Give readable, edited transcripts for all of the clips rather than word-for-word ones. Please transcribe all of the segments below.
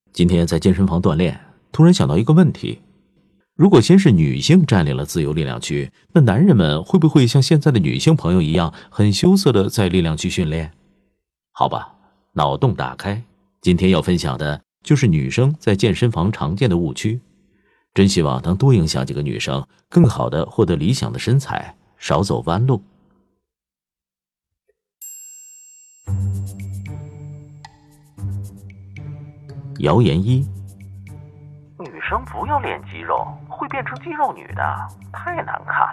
今天在健身房锻炼，突然想到一个问题：如果先是女性占领了自由力量区，那男人们会不会像现在的女性朋友一样，很羞涩的在力量区训练？好吧，脑洞打开，今天要分享的就是女生在健身房常见的误区。真希望能多影响几个女生，更好的获得理想的身材，少走弯路。谣言一： 女生不要练肌肉，会变成肌肉女的，太难看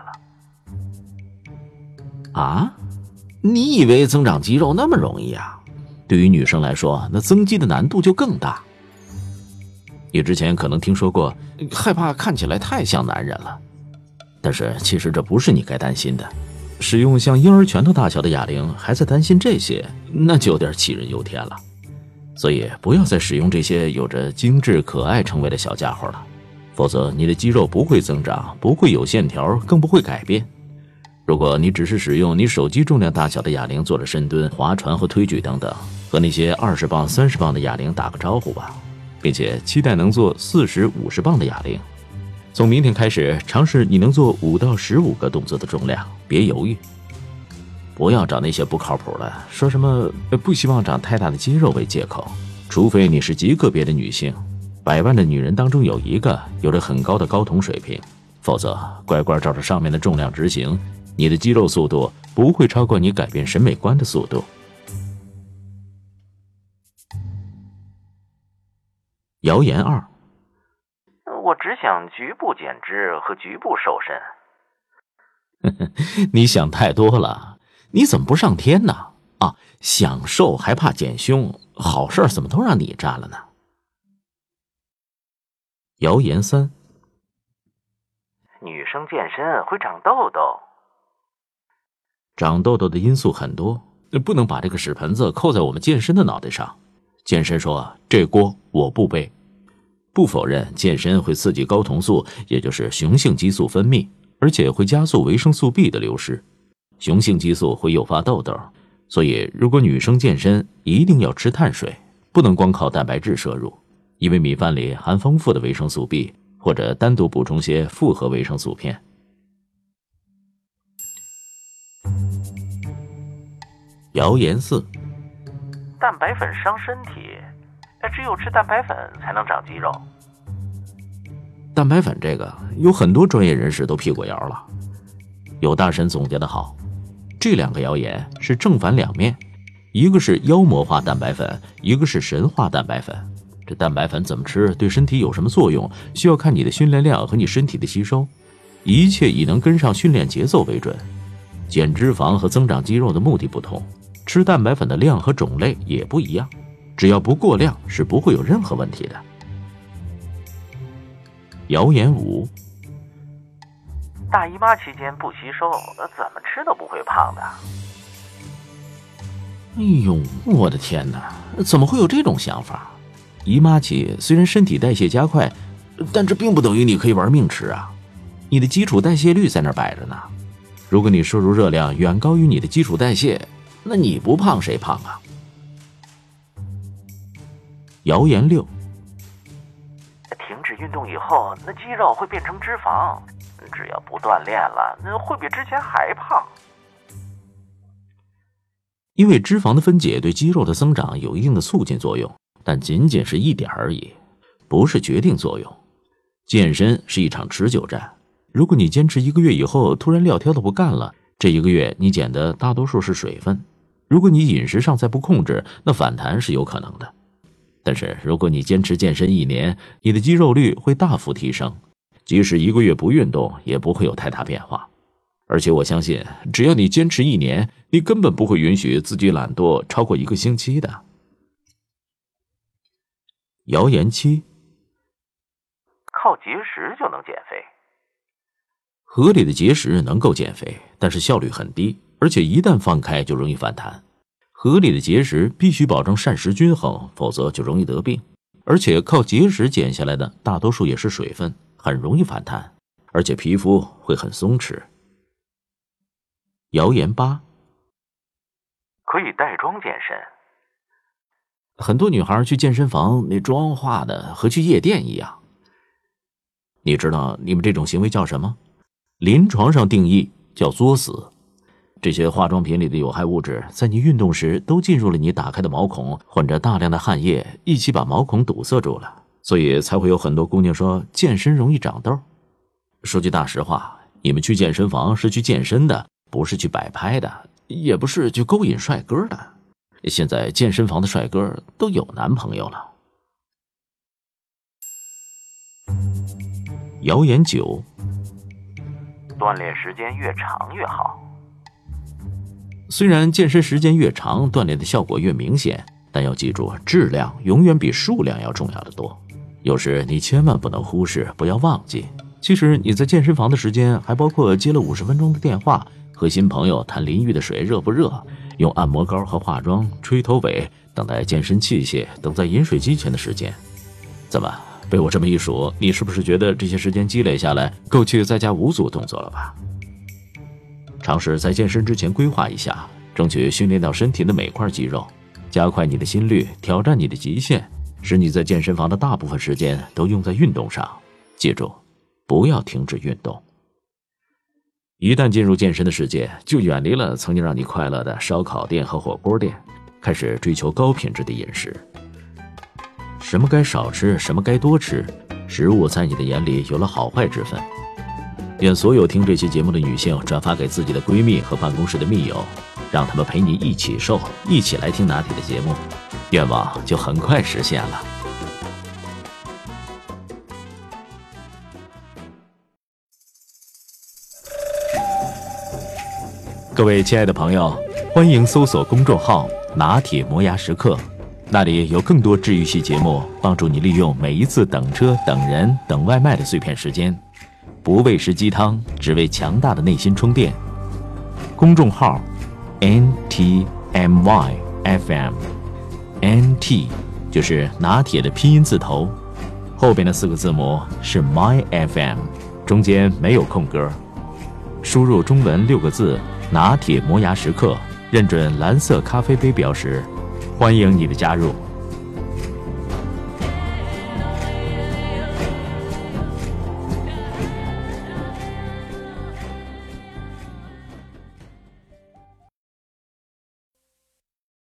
了。 啊？你以为增长肌肉那么容易啊？对于女生来说，那增肌的难度就更大。你之前可能听说过，害怕看起来太像男人了，但是其实这不是你该担心的。使用像婴儿拳头大小的哑铃还在担心这些，那就有点杞人忧天了。所以不要再使用这些有着精致可爱称谓的小家伙了，否则你的肌肉不会增长，不会有线条，更不会改变。如果你只是使用你手机重量大小的哑铃做了深蹲、划船和推举等等，和那些20磅、30磅的哑铃打个招呼吧，并且期待能做40、50磅的哑铃。从明天开始，尝试你能做5到15个动作的重量，别犹豫。不要找那些不靠谱的，说什么不希望长太大的肌肉为借口，除非你是极个别的女性，100万的女人当中有一个有着很高的睾酮水平，否则乖乖照着上面的重量执行，你的肌肉速度不会超过你改变审美观的速度。谣言2： 我只想局部减脂和局部瘦身。你想太多了，你怎么不上天呢？啊，想瘦还怕减胸，好事怎么都让你占了呢？谣言3： 女生健身会长痘痘。 长痘痘的因素很多，不能把这个屎盆子扣在我们健身的脑袋上。健身说这锅我不背。不否认健身会刺激睾酮素，也就是雄性激素分泌，而且会加速维生素 B 的流失。雄性激素会诱发痘痘，所以如果女生健身一定要吃碳水，不能光靠蛋白质摄入，因为米饭里含丰富的维生素 B， 或者单独补充些复合维生素片。谣言4： 蛋白粉伤身体，只有吃蛋白粉才能长肌肉。 蛋白粉这个有很多专业人士都辟过谣了。有大神总结得好，这2个谣言是正反两面，一个是妖魔化蛋白粉，一个是神化蛋白粉。这蛋白粉怎么吃，对身体有什么作用，需要看你的训练量和你身体的吸收，一切以能跟上训练节奏为准。减脂肪和增长肌肉的目的不同，吃蛋白粉的量和种类也不一样，只要不过量是不会有任何问题的。谣言5： 大姨妈期间不吸收，怎么吃都不会胖的。 哎呦，我的天哪，怎么会有这种想法？姨妈期虽然身体代谢加快，但这并不等于你可以玩命吃啊。你的基础代谢率在那儿摆着呢，如果你摄入热量远高于你的基础代谢，那你不胖谁胖啊？谣言6： 停止运动以后，那肌肉会变成脂肪，只要不锻炼了，那会比之前还胖。 因为脂肪的分解对肌肉的增长有一定的促进作用，但仅仅是一点而已，不是决定作用。健身是一场持久战，如果你坚持1个月以后突然撂挑子不干了，这1个月你减的大多数是水分。如果你饮食上再不控制，那反弹是有可能的。但是如果你坚持健身1年，你的肌肉率会大幅提升，即使1个月不运动也不会有太大变化。而且我相信，只要你坚持1年，你根本不会允许自己懒惰超过1个星期的。谣言7： 靠节食就能减肥。 合理的节食能够减肥，但是效率很低，而且一旦放开就容易反弹。合理的节食必须保证膳食均衡，否则就容易得病。而且靠节食减下来的大多数也是水分，很容易反弹，而且皮肤会很松弛。谣言8： 可以带妆健身。 很多女孩去健身房那妆化的和去夜店一样。你知道你们这种行为叫什么？临床上定义叫作死。这些化妆品里的有害物质在你运动时都进入了你打开的毛孔，混着大量的汗液一起把毛孔堵塞住了，所以才会有很多姑娘说健身容易长痘。说句大实话，你们去健身房是去健身的，不是去摆拍的，也不是去勾引帅哥的。现在健身房的帅哥都有男朋友了。谣言9， 锻炼时间越长越好。 虽然健身时间越长，锻炼的效果越明显，但要记住，质量永远比数量要重要的多。有时你千万不能忽视，不要忘记，其实你在健身房的时间还包括接了50分钟的电话，和新朋友谈淋浴的水热不热，用按摩膏和化妆、吹头尾、等待健身器械等在饮水机前的时间。怎么，被我这么一数，你是不是觉得这些时间积累下来够去再加5组动作了吧？尝试在健身之前规划一下，争取训练到身体的每块肌肉，加快你的心率，挑战你的极限，使你在健身房的大部分时间都用在运动上。记住，不要停止运动。一旦进入健身的世界，就远离了曾经让你快乐的烧烤店和火锅店，开始追求高品质的饮食。什么该少吃，什么该多吃，食物在你的眼里有了好坏之分。愿所有听这期节目的女性转发给自己的闺蜜和办公室的密友，让他们陪你一起瘦，一起来听拿铁的节目，愿望就很快实现了。各位亲爱的朋友，欢迎搜索公众号拿铁磨牙时刻，那里有更多治愈系节目，帮助你利用每一次等车、等人、等外卖的碎片时间，不喂食鸡汤，只为强大的内心充电。公众号 NTMYFM，NT 就是拿铁的拼音字头，后边的4个字母是 MyFM， 中间没有空格。输入中文6个字拿铁磨牙时刻，认准蓝色咖啡杯标识，欢迎你的加入。